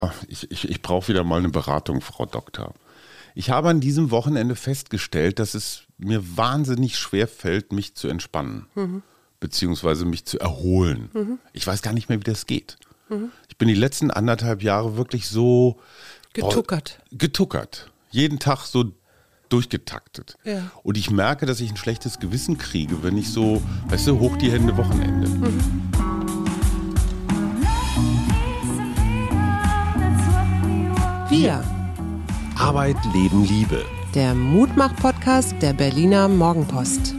Ich brauche wieder mal eine Beratung, Frau Doktor. Ich habe an diesem Wochenende festgestellt, dass es mir wahnsinnig schwer fällt, mich zu entspannen, beziehungsweise mich zu erholen. Ich weiß gar nicht mehr, wie das geht. Ich bin die letzten 1,5 Jahre wirklich so getuckert. Jeden Tag so durchgetaktet. Ja. Und ich merke, dass ich ein schlechtes Gewissen kriege, wenn ich so, weißt du, hoch die Hände Wochenende. Wir. Arbeit, Leben, Liebe. Der Mutmach-Podcast der Berliner Morgenpost.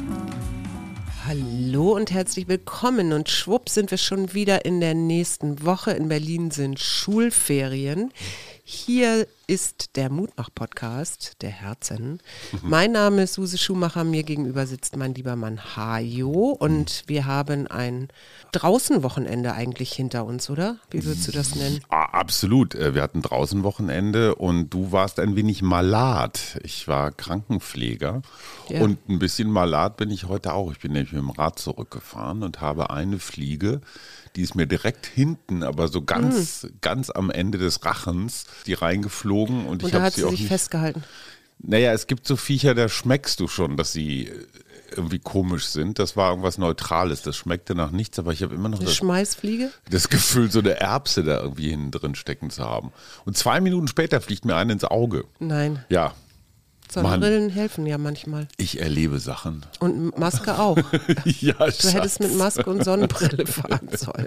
Hallo und herzlich willkommen und schwupp sind wir schon wieder in der nächsten Woche. In Berlin sind Schulferien. Hier ist der Mutmach-Podcast der Herzen. Mein Name ist Suse Schumacher, mir gegenüber sitzt mein lieber Mann Hajo und wir haben ein Draußenwochenende eigentlich hinter uns, oder? Wie würdest du das nennen? Absolut. Wir hatten draußen Wochenende und du warst ein wenig malat. Ich war Krankenpfleger und ein bisschen malat bin ich heute auch. Ich bin nämlich mit dem Rad zurückgefahren und habe eine Fliege, die ist mir direkt hinten, aber so ganz am Ende des Rachens, die reingeflogen. Und ich da habe hat sie sie auch sich nicht festgehalten. Naja, es gibt so Viecher, da schmeckst du schon, dass sie irgendwie komisch sind. Das war irgendwas Neutrales, das schmeckte nach nichts, aber ich habe immer noch Eine Schmeißfliege? das Gefühl, so eine Erbse da irgendwie hinten drin stecken zu haben. Und 2 Minuten später fliegt mir eine ins Auge. Nein. Ja, Sonnenbrillen helfen ja manchmal. ich erlebe Sachen. Und Maske auch. Ja, Du hättest mit Maske und Sonnenbrille fahren sollen.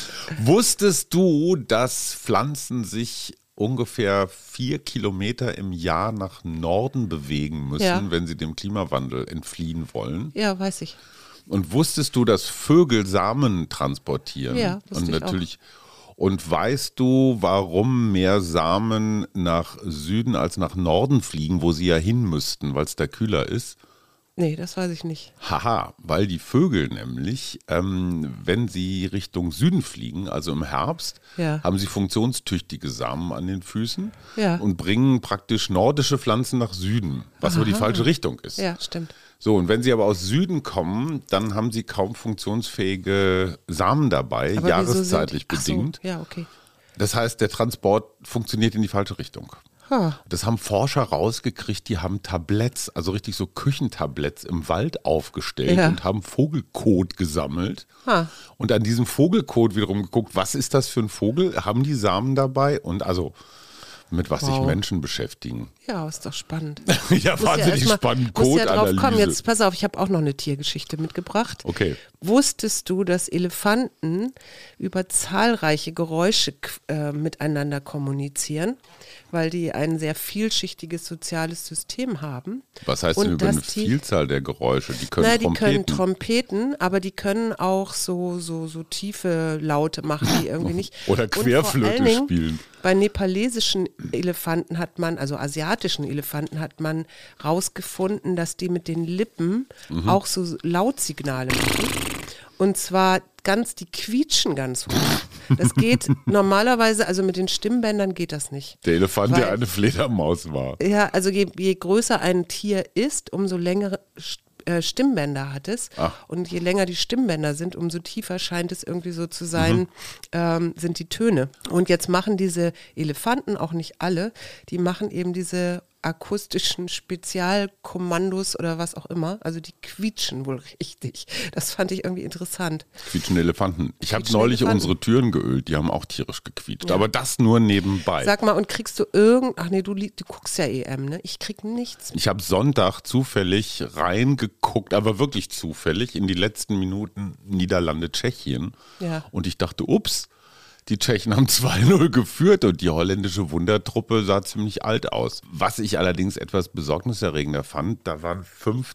Wusstest du, dass Pflanzen sich ungefähr 4 Kilometer im Jahr nach Norden bewegen müssen, wenn sie dem Klimawandel entfliehen wollen? Ja, weiß ich. Und wusstest du, dass Vögel Samen transportieren? Ja, wusste ich natürlich. Und weißt du, warum mehr Samen nach Süden als nach Norden fliegen, wo sie ja hin müssten, weil es da kühler ist? Nee, das weiß ich nicht. Haha, weil die Vögel nämlich, wenn sie Richtung Süden fliegen, also im Herbst, haben sie funktionstüchtige Samen an den Füßen und bringen praktisch nordische Pflanzen nach Süden, was aber die falsche Richtung ist. Ja, stimmt. So, und wenn sie aber aus Süden kommen, dann haben sie kaum funktionsfähige Samen dabei, Aber jahreszeitlich bedingt. Ja, okay. Das heißt, der Transport funktioniert in die falsche Richtung. Das haben Forscher rausgekriegt, die haben Tabletts, also richtig so Küchentabletts im Wald aufgestellt und haben Vogelkot gesammelt. Und an diesem Vogelkot wiederum geguckt, was ist das für ein Vogel? Haben die Samen dabei? Und also mit was sich Menschen beschäftigen. Ja, ist doch spannend. Ja, wahnsinnig spannend. Kotanalyse. Komm, jetzt pass auf, ich habe auch noch eine Tiergeschichte mitgebracht. Okay. Wusstest du, dass Elefanten über zahlreiche Geräusche miteinander kommunizieren, weil die ein sehr vielschichtiges soziales System haben? Was heißt denn über eine Vielzahl der Geräusche? Die können die können Trompeten, aber die können auch so tiefe Laute machen, die irgendwie nicht. Oder Querflöte spielen. Bei nepalesischen Elefanten also asiatischen Elefanten hat man rausgefunden, dass die mit den Lippen auch so Lautsignale machen. Und zwar die quietschen ganz hoch. Das geht normalerweise, also mit den Stimmbändern geht das nicht. Der Elefant, der eine Fledermaus war. Ja, also je größer ein Tier ist, umso längere Stimmbänder hat es. Und je länger die Stimmbänder sind, umso tiefer scheint es irgendwie so zu sein, sind die Töne. Und jetzt machen diese Elefanten, auch nicht alle, die machen eben diese akustischen Spezialkommandos oder was auch immer. Also die quietschen wohl richtig. Das fand ich irgendwie interessant. Quietschende Elefanten. Ich habe neulich unsere Türen geölt, die haben auch tierisch gequietscht. Ja. Aber das nur nebenbei. Sag mal, und kriegst du ach nee, du guckst ja EM, ne? Ich krieg nichts. Ich habe Sonntag zufällig reingeguckt, aber wirklich zufällig, in die letzten Minuten Niederlande-Tschechien. Ja. Und ich dachte, ups, die Tschechen haben 2-0 geführt und die holländische Wundertruppe sah ziemlich alt aus. Was ich allerdings etwas besorgniserregender fand, da waren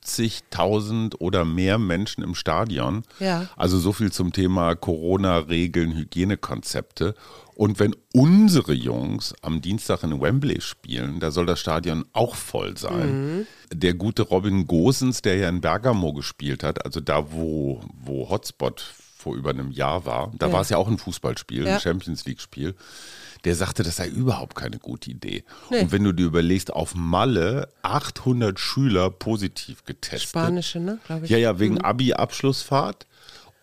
50.000 oder mehr Menschen im Stadion. Ja. Also so viel zum Thema Corona-Regeln, Hygienekonzepte. Und wenn unsere Jungs am Dienstag in Wembley spielen, da soll das Stadion auch voll sein. Der gute Robin Gosens, der ja in Bergamo gespielt hat, also da, wo Hotspot vor über einem Jahr war, da war es ja auch ein Fußballspiel, ein Champions-League-Spiel, der sagte, das sei überhaupt keine gute Idee. Nee. Und wenn du dir überlegst, auf Malle 800 Schüler positiv getestet. Spanische, ne? Glaube ich. Ja, wegen Abi-Abschlussfahrt.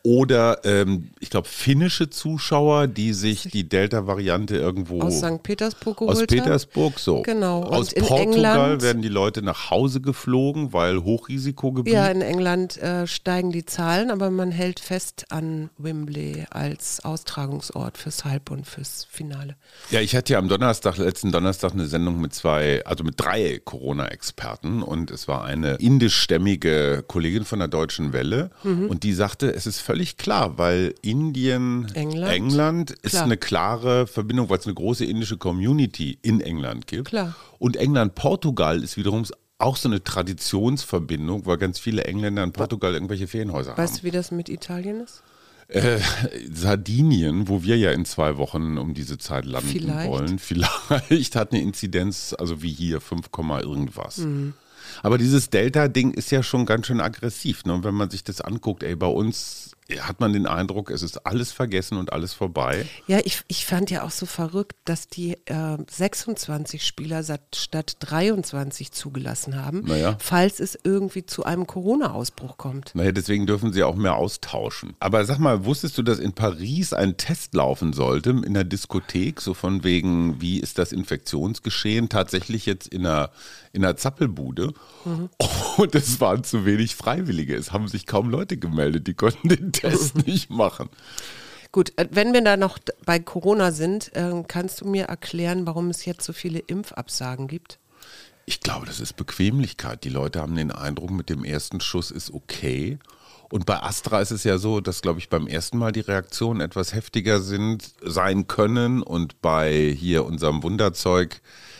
Oder ich glaube finnische Zuschauer, die sich die Delta-Variante irgendwo aus St. Petersburg geholt Aus Petersburg, so. Genau. Und aus in Portugal England werden die Leute nach Hause geflogen, weil Hochrisikogebiet. Ja, in England steigen die Zahlen, aber man hält fest an Wembley als Austragungsort fürs Halb- und fürs Finale. Ja, ich hatte ja letzten Donnerstag eine Sendung mit drei Corona-Experten und es war eine indischstämmige Kollegin von der Deutschen Welle und die sagte, es ist völlig klar, weil England ist eine klare Verbindung, weil es eine große indische Community in England gibt. Klar. Und England-Portugal ist wiederum auch so eine Traditionsverbindung, weil ganz viele Engländer in Portugal irgendwelche Ferienhäuser haben. Weißt du, wie das mit Italien ist? Sardinien, wo wir ja in 2 Wochen um diese Zeit landen wollen, vielleicht hat eine Inzidenz, also wie hier 5, irgendwas. Aber dieses Delta-Ding ist ja schon ganz schön aggressiv. Ne? Und wenn man sich das anguckt, bei uns hat man den Eindruck, es ist alles vergessen und alles vorbei. Ja, ich fand ja auch so verrückt, dass die 26 Spieler statt 23 zugelassen haben, falls es irgendwie zu einem Corona-Ausbruch kommt. Naja, deswegen dürfen sie auch mehr austauschen. Aber sag mal, wusstest du, dass in Paris ein Test laufen sollte in der Diskothek, so von wegen, wie ist das Infektionsgeschehen, tatsächlich jetzt in einer Zappelbude? Und es waren zu wenig Freiwillige. Es haben sich kaum Leute gemeldet, die konnten den Test nicht machen. Gut, wenn wir da noch bei Corona sind, kannst du mir erklären, warum es jetzt so viele Impfabsagen gibt? Ich glaube, das ist Bequemlichkeit. Die Leute haben den Eindruck, mit dem ersten Schuss ist okay. Und bei Astra ist es ja so, dass, glaube ich, beim ersten Mal die Reaktionen etwas heftiger sein können. Und bei hier unserem Wunderzeug,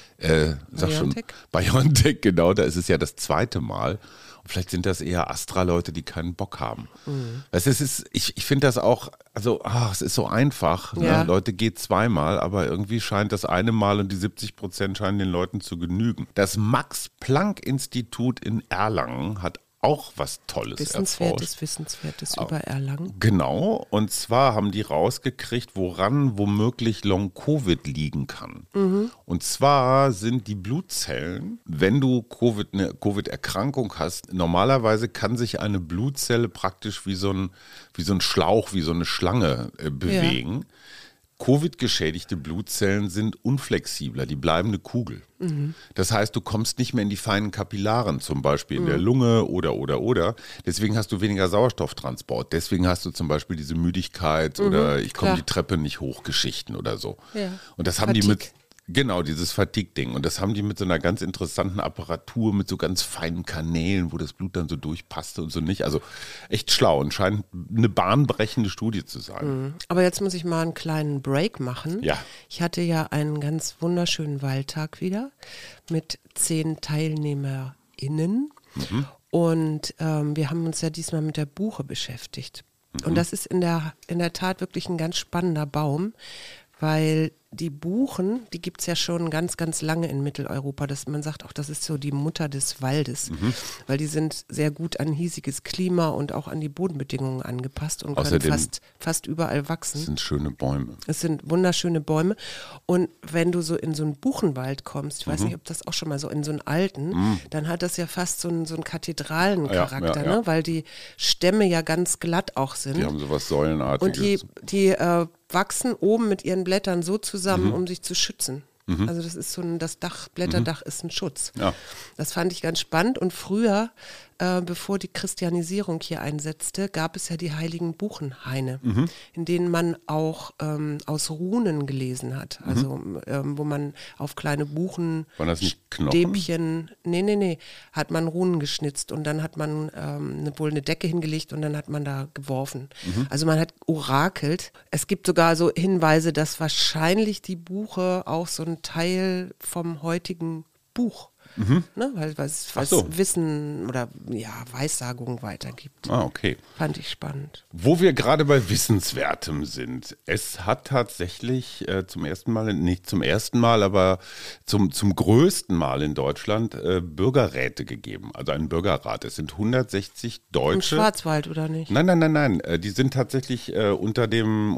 BioNTech, genau, da ist es ja das 2. Mal. Und vielleicht sind das eher Astra-Leute, die keinen Bock haben. Weißt du, ich finde das auch, also es ist so einfach. Ja. Ne? Leute geht 2-mal, aber irgendwie scheint das eine Mal und die 70% scheinen den Leuten zu genügen. Das Max-Planck-Institut in Erlangen hat auch was Tolles erforscht. Wissenswertes über Erlangen. Genau, und zwar haben die rausgekriegt, woran womöglich Long-Covid liegen kann. Und zwar sind die Blutzellen, wenn du eine Covid-Erkrankung hast, normalerweise kann sich eine Blutzelle praktisch wie so ein Schlauch, wie so eine Schlange bewegen. Ja. Covid-geschädigte Blutzellen sind unflexibler, die bleiben eine Kugel. Das heißt, du kommst nicht mehr in die feinen Kapillaren, zum Beispiel in der Lunge oder. Deswegen hast du weniger Sauerstofftransport. Deswegen hast du zum Beispiel diese Müdigkeit oder ich komme die Treppe nicht hoch Geschichten oder so. Ja. Und das haben die mit... Genau, dieses Fatigue-Ding. Und das haben die mit so einer ganz interessanten Apparatur, mit so ganz feinen Kanälen, wo das Blut dann so durchpasste und so nicht. Also echt schlau und scheint eine bahnbrechende Studie zu sein. Aber jetzt muss ich mal einen kleinen Break machen. Ja. Ich hatte ja einen ganz wunderschönen Wahltag wieder mit 10 TeilnehmerInnen. Und wir haben uns ja diesmal mit der Buche beschäftigt. Und das ist in der Tat wirklich ein ganz spannender Baum, weil die Buchen, die gibt es ja schon ganz, ganz lange in Mitteleuropa. Man sagt auch, das ist so die Mutter des Waldes, weil die sind sehr gut an hiesiges Klima und auch an die Bodenbedingungen angepasst und können fast überall wachsen. Das sind schöne Bäume. Es sind wunderschöne Bäume. Und wenn du so in so einen Buchenwald kommst, ich weiß nicht, ob das auch schon mal so in so einen alten, dann hat das ja fast so einen Kathedralencharakter, ne? Weil die Stämme ja ganz glatt auch sind. Die haben so was Säulenartiges. Und die wachsen oben mit ihren Blättern so zusammen, um sich zu schützen. Also das ist das Blätterdach ist ein Schutz. Ja. Das fand ich ganz spannend. Und früher, bevor die Christianisierung hier einsetzte, gab es ja die heiligen Buchenhaine, in denen man auch aus Runen gelesen hat. Also wo man auf kleine Buchenstäbchen, nee, hat man Runen geschnitzt und dann hat man wohl eine Decke hingelegt und dann hat man da geworfen. Also man hat orakelt. Es gibt sogar so Hinweise, dass wahrscheinlich die Buche auch so ein Teil vom heutigen Buch, ne, weil es Wissen oder Weissagungen weitergibt. Okay. Fand ich spannend. Wo wir gerade bei Wissenswertem sind, es hat tatsächlich zum ersten Mal, aber zum größten Mal in Deutschland Bürgerräte gegeben, also einen Bürgerrat. Es sind 160 Deutsche. Im Schwarzwald oder nicht? Nein. Die sind tatsächlich unter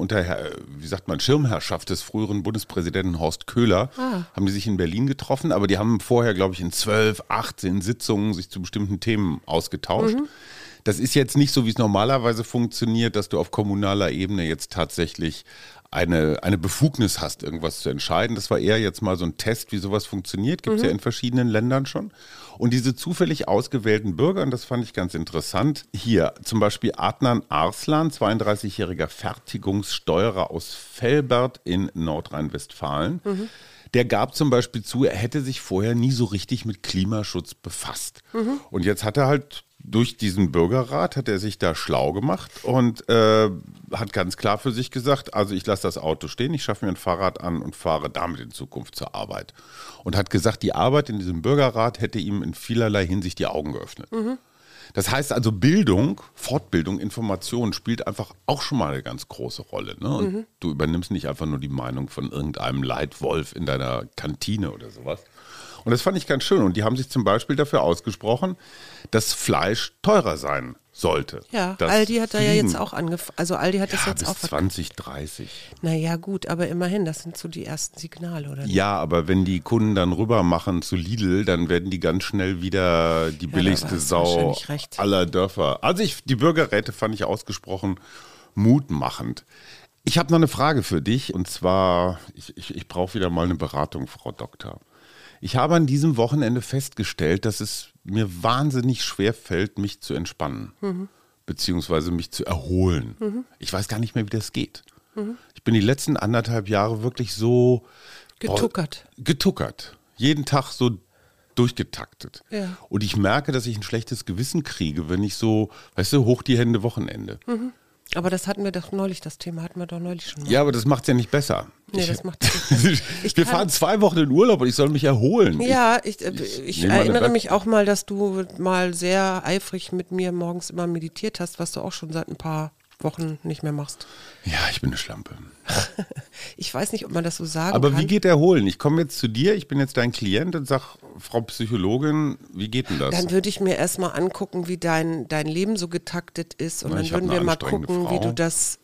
Schirmherrschaft des früheren Bundespräsidenten Horst Köhler, haben die sich in Berlin getroffen, aber die haben vorher, glaube ich, in 12, 18 Sitzungen sich zu bestimmten Themen ausgetauscht. Das ist jetzt nicht so, wie es normalerweise funktioniert, dass du auf kommunaler Ebene jetzt tatsächlich eine Befugnis hast, irgendwas zu entscheiden. Das war eher jetzt mal so ein Test, wie sowas funktioniert. Gibt es ja in verschiedenen Ländern schon. Und diese zufällig ausgewählten Bürger, und das fand ich ganz interessant, hier zum Beispiel Adnan Arslan, 32-jähriger Fertigungssteuerer aus Velbert in Nordrhein-Westfalen. Der gab zum Beispiel zu, er hätte sich vorher nie so richtig mit Klimaschutz befasst. Und jetzt hat er halt durch diesen Bürgerrat, hat er sich da schlau gemacht und hat ganz klar für sich gesagt, also ich lasse das Auto stehen, ich schaffe mir ein Fahrrad an und fahre damit in Zukunft zur Arbeit. Und hat gesagt, die Arbeit in diesem Bürgerrat hätte ihm in vielerlei Hinsicht die Augen geöffnet. Das heißt also Bildung, Fortbildung, Information spielt einfach auch schon mal eine ganz große Rolle. Ne? Und du übernimmst nicht einfach nur die Meinung von irgendeinem Leitwolf in deiner Kantine oder sowas. Und das fand ich ganz schön. Und die haben sich zum Beispiel dafür ausgesprochen, dass Fleisch teurer sein sollte. Ja, das Aldi hat da ja Fliegen, jetzt auch angefangen. Also Aldi hat das jetzt bis auch 2030. Naja, gut, aber immerhin, das sind so die ersten Signale, oder nicht? Ja, aber wenn die Kunden dann rüber machen zu Lidl, dann werden die ganz schnell wieder die billigste da hast du Sau wahrscheinlich recht. aller Dörfer. Also die Bürgerräte fand ich ausgesprochen mutmachend. Ich habe noch eine Frage für dich und zwar, ich brauche wieder mal eine Beratung, Frau Doktor. Ich habe an diesem Wochenende festgestellt, dass es mir wahnsinnig schwer fällt, mich zu entspannen, beziehungsweise mich zu erholen. Ich weiß gar nicht mehr, wie das geht. Ich bin die letzten 1,5 Jahre wirklich so getuckert. Jeden Tag so durchgetaktet. Ja. Und ich merke, dass ich ein schlechtes Gewissen kriege, wenn ich so, weißt du, hoch die Hände Wochenende. Aber das hatten wir doch neulich, das Thema hatten wir doch neulich schon mal. Ja, aber das macht es ja nicht besser. Nee, das macht es nicht besser. Wir fahren 2 Wochen in Urlaub und ich soll mich erholen. Ja, ich erinnere mich auch mal, dass du mal sehr eifrig mit mir morgens immer meditiert hast, was du auch schon seit ein paar Wochen nicht mehr machst. Ja, ich bin eine Schlampe. Ich weiß nicht, ob man das so sagen Aber kann. wie geht Erholen? Ich komme jetzt zu dir, ich bin jetzt dein Klient und sag, Frau Psychologin, wie geht denn das? Dann würde ich mir erstmal angucken, wie dein Leben so getaktet ist und Na, dann ich hab würden eine wir mal anstrengende gucken, wie Frau. du das...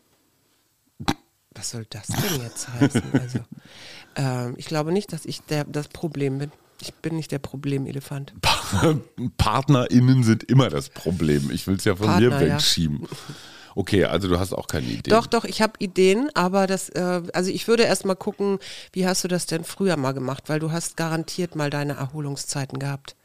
Was soll das denn jetzt heißen? Also, ich glaube nicht, dass ich das Problem bin. Ich bin nicht der Problemelefant. PartnerInnen sind immer das Problem. Ich will es ja von mir Partner, ja. wegschieben. Okay, also du hast auch keine Idee. Doch, ich habe Ideen, aber also ich würde erst mal gucken, wie hast du das denn früher mal gemacht? Weil du hast garantiert mal deine Erholungszeiten gehabt.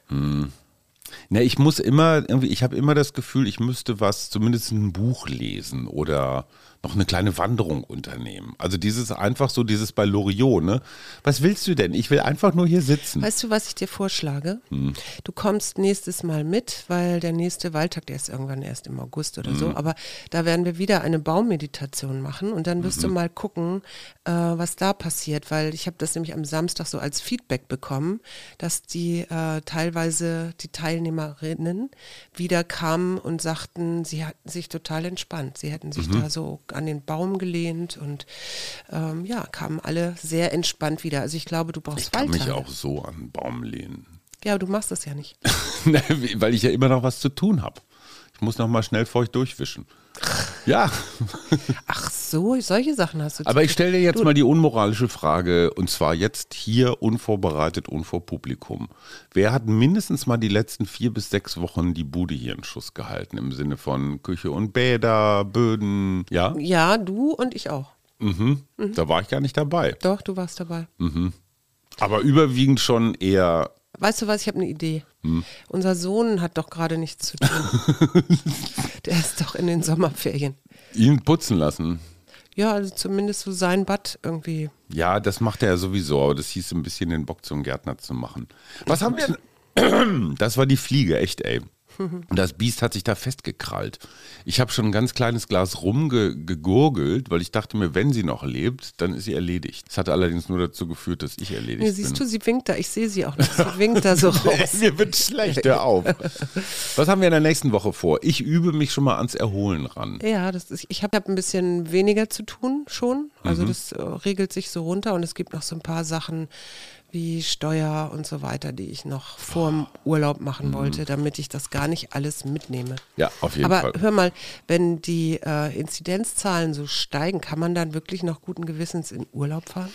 Ne, ich habe immer das Gefühl, ich müsste zumindest ein Buch lesen oder noch eine kleine Wanderung unternehmen. Also dieses bei Loriot, ne? Was willst du denn? Ich will einfach nur hier sitzen. Weißt du, was ich dir vorschlage? Du kommst nächstes Mal mit, weil der nächste Waldtag, der ist irgendwann erst im August oder so, aber da werden wir wieder eine Baummeditation machen und dann wirst du mal gucken, was da passiert, weil ich habe das nämlich am Samstag so als Feedback bekommen, dass die teilweise die Teilnehmerinnen wieder kamen und sagten, sie hatten sich total entspannt. Sie hätten sich da so an den Baum gelehnt und kamen alle sehr entspannt wieder. Also ich glaube, du brauchst Ich kann mich Waldtage. auch so an einen Baum lehnen. Ja, aber du machst das ja nicht. Ne, weil ich ja immer noch was zu tun habe. Ich muss noch mal schnell feucht durchwischen. Ja. Ach so, solche Sachen hast du. Aber ich stelle dir jetzt mal die unmoralische Frage, und zwar jetzt hier unvorbereitet und vor Publikum. Wer hat mindestens mal die letzten 4 bis 6 Wochen die Bude hier in Schuss gehalten, im Sinne von Küche und Bäder, Böden, ja? Ja, du und ich auch. Da war ich gar nicht dabei. Doch, du warst dabei. Aber überwiegend schon eher, Weißt du was, ich habe eine Idee. Unser Sohn hat doch gerade nichts zu tun. Der ist doch in den Sommerferien. ihn putzen lassen. Ja, also zumindest so sein Bad irgendwie. Ja, das macht er ja sowieso, aber das hieß ein bisschen den Bock zum Gärtner zu machen. Was haben wir? Das war die Fliege, echt, ey. Und das Biest hat sich da festgekrallt. Ich habe schon ein ganz kleines Glas rumgegurgelt, weil ich dachte mir, wenn sie noch lebt, dann ist sie erledigt. Das hat allerdings nur dazu geführt, dass ich erledigt Nee, bin. siehst du, sie winkt da. Ich sehe sie auch nicht. Sie winkt da so raus. Mir wird schlecht, hör auf. Was haben wir in der nächsten Woche vor? Ich übe mich schon mal ans Erholen ran. Ja, ich habe ein bisschen weniger zu tun schon. Also das regelt sich so runter und es gibt noch so ein paar Sachen wie Steuer und so weiter, die ich noch vor dem Urlaub machen wollte, damit ich das gar nicht alles mitnehme. Ja, auf jeden Aber Fall. hör mal, wenn die Inzidenzzahlen so steigen, kann man dann wirklich noch guten Gewissens in Urlaub fahren?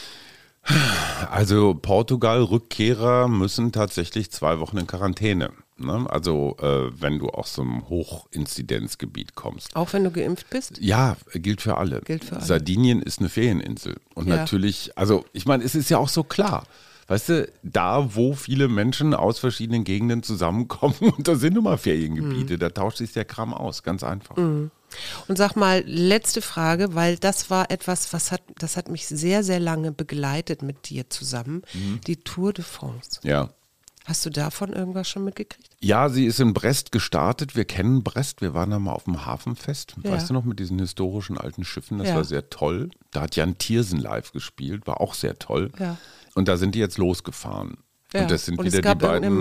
Also Portugal-Rückkehrer müssen tatsächlich 2 Wochen in Quarantäne. Ne? Also wenn du aus so einem Hochinzidenzgebiet kommst. Auch wenn du geimpft bist? Ja, gilt für alle. Sardinien ist eine Ferieninsel. Und natürlich, also ich meine, es ist ja auch so klar. Weißt du, da wo viele Menschen aus verschiedenen Gegenden zusammenkommen, und da sind nun mal Feriengebiete, da tauscht sich der Kram aus, ganz einfach. Und sag mal, letzte Frage, weil das war etwas, das hat mich sehr, sehr lange begleitet mit dir zusammen, die Tour de France. Ja. Hast du davon irgendwas schon mitgekriegt? Ja, sie ist in Brest gestartet. Wir kennen Brest. Wir waren da mal auf dem Hafenfest. Ja. Weißt du noch, mit diesen historischen alten Schiffen? Das Ja. war sehr toll. Da hat Jan Thiersen live gespielt. War auch sehr toll. Ja. Und da sind die jetzt losgefahren. Ja. Und das sind und wieder es gab die beiden.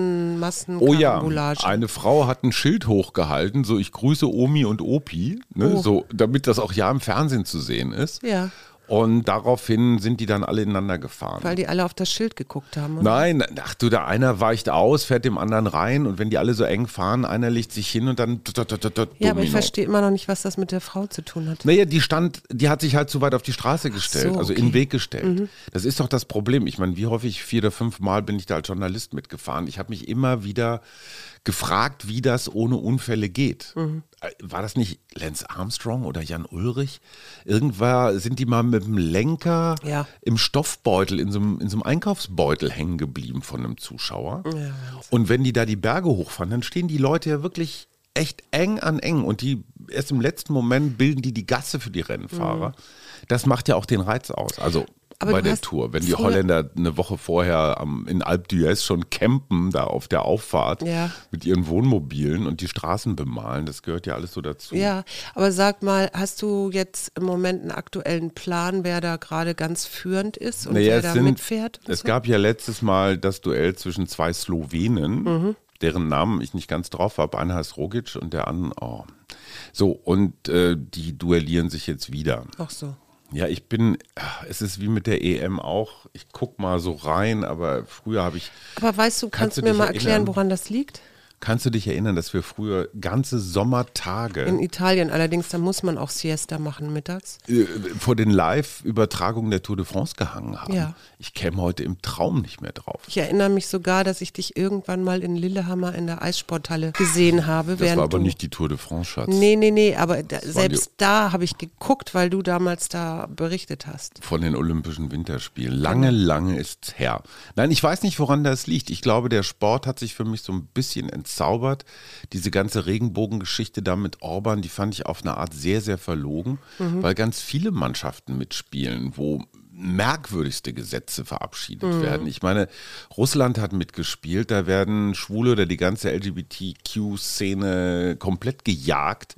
Massen Oh ja, Karambolage. eine Frau hat ein Schild hochgehalten, so ich grüße Omi und Opi, ne, so, damit das auch ja im Fernsehen zu sehen ist. Ja. Und daraufhin sind die dann alle ineinander gefahren. Weil die alle auf das Schild geguckt haben. Oder? Nein, ach du, der einer weicht aus, fährt dem anderen rein und wenn die alle so eng fahren, einer legt sich hin und dann Ja, aber ich verstehe immer noch nicht, was das mit der Frau zu tun hat. Naja, die hat sich halt zu weit auf die Straße gestellt, so, also in den Weg gestellt. Das ist doch das Problem. Ich meine, wie häufig 4 oder 5 Mal bin ich da als Journalist mitgefahren. Ich habe mich immer wieder gefragt, wie das ohne Unfälle geht. War das nicht Lance Armstrong oder Jan Ulrich? Irgendwann sind die mal mit dem Lenker im Stoffbeutel, in so einem Einkaufsbeutel hängen geblieben von einem Zuschauer. Ja, und wenn die da die Berge hochfahren, dann stehen die Leute ja wirklich echt eng an eng und die erst im letzten Moment bilden die Gasse für die Rennfahrer. Das macht ja auch den Reiz aus. Also aber bei der Tour. Wenn die Holländer eine Woche vorher in Alpe d'Huez schon campen, da auf der Auffahrt mit ihren Wohnmobilen und die Straßen bemalen, das gehört ja alles so dazu. Ja, aber sag mal, hast du jetzt im Moment einen aktuellen Plan, wer da gerade ganz führend ist und wer da mitfährt? Es gab ja letztes Mal das Duell zwischen 2 Slowenen, deren Namen ich nicht ganz drauf habe. Einer heißt Rogic und der andere, So, und die duellieren sich jetzt wieder. Ach so. Ja, es ist wie mit der EM auch, ich guck mal so rein, aber früher habe ich... Aber weißt du, kannst du mir mal erklären, woran das liegt? Kannst du dich erinnern, dass wir früher ganze Sommertage... In Italien allerdings, da muss man auch Siesta machen mittags. Vor den Live-Übertragungen der Tour de France gehangen haben. Ja. Ich käme heute im Traum nicht mehr drauf. Ich erinnere mich sogar, dass ich dich irgendwann mal in Lillehammer in der Eissporthalle gesehen habe. Das war aber nicht die Tour de France, Schatz. Nee, aber selbst da habe ich geguckt, weil du damals da berichtet hast. Von den Olympischen Winterspielen. Lange ist's her. Nein, ich weiß nicht, woran das liegt. Ich glaube, der Sport hat sich für mich so ein bisschen entzaubert. Diese ganze Regenbogengeschichte da mit Orban, die fand ich auf eine Art sehr, sehr verlogen, weil ganz viele Mannschaften mitspielen, wo merkwürdigste Gesetze verabschiedet werden. Ich meine, Russland hat mitgespielt, da werden Schwule oder die ganze LGBTQ-Szene komplett gejagt.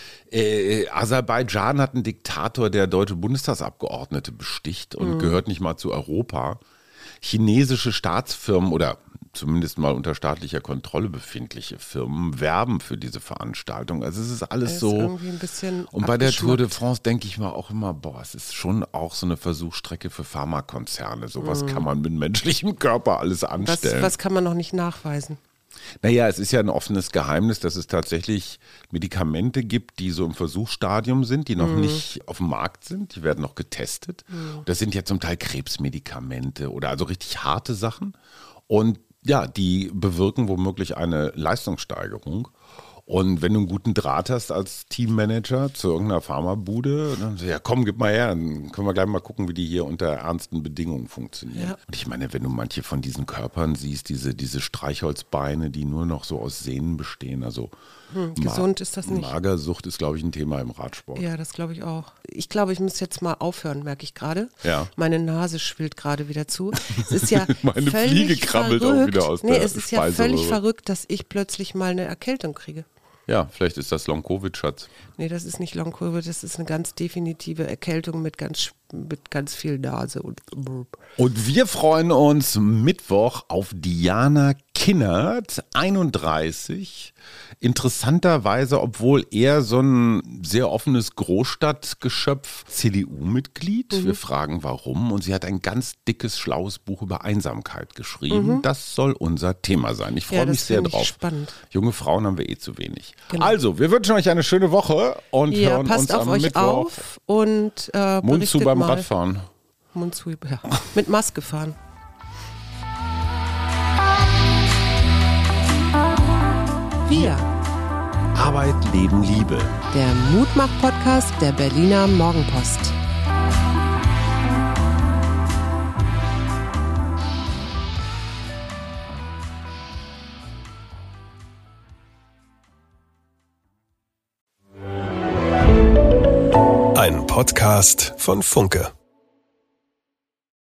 Aserbaidschan hat einen Diktator, der deutsche Bundestagsabgeordnete besticht und gehört nicht mal zu Europa. Chinesische Staatsfirmen oder zumindest mal unter staatlicher Kontrolle befindliche Firmen werben für diese Veranstaltung. Also es ist alles so. Irgendwie ein bisschen und bei der Tour de France denke ich mir auch immer, es ist schon auch so eine Versuchsstrecke für Pharmakonzerne. Sowas kann man mit menschlichem Körper alles anstellen. Was kann man noch nicht nachweisen? Naja, es ist ja ein offenes Geheimnis, dass es tatsächlich Medikamente gibt, die so im Versuchsstadium sind, die noch nicht auf dem Markt sind. Die werden noch getestet. Das sind ja zum Teil Krebsmedikamente oder also richtig harte Sachen. Und ja, die bewirken womöglich eine Leistungssteigerung. Und wenn du einen guten Draht hast als Teammanager zu irgendeiner Pharmabude, dann sagst du, ja komm, gib mal her, dann können wir gleich mal gucken, wie die hier unter ernsten Bedingungen funktionieren. Ja. Und ich meine, wenn du manche von diesen Körpern siehst, diese Streichholzbeine, die nur noch so aus Sehnen bestehen, also gesund ist das nicht. Magersucht ist, glaube ich, ein Thema im Radsport. Ja, das glaube ich auch. Ich glaube, ich muss jetzt mal aufhören, merke ich gerade. Ja. Meine Nase schwillt gerade wieder zu. Es ist ja meine Fliege krabbelt auch wieder aus der es ist ja völlig verrückt, dass ich plötzlich mal eine Erkältung kriege. Ja, vielleicht ist das Long-Covid, Schatz. Nee, das ist nicht Long-Covid, das ist eine ganz definitive Erkältung mit ganz viel Nase. Und wir freuen uns Mittwoch auf Diana Kinnert, 31. Interessanterweise, obwohl er so ein sehr offenes Großstadtgeschöpf, CDU-Mitglied. Wir fragen warum und sie hat ein ganz dickes, schlaues Buch über Einsamkeit geschrieben. Das soll unser Thema sein. Ich freue mich sehr drauf. Spannend. Junge Frauen haben wir zu wenig. Genau. Also, wir wünschen euch eine schöne Woche und hören uns am Mittwoch. Passt auf euch auf und Mund zu beim Radfahren. Mund zu, ja. Mit Maske fahren. Wir. Arbeit, Leben, Liebe. Der Mutmach-Podcast der Berliner Morgenpost. Ein Podcast von Funke.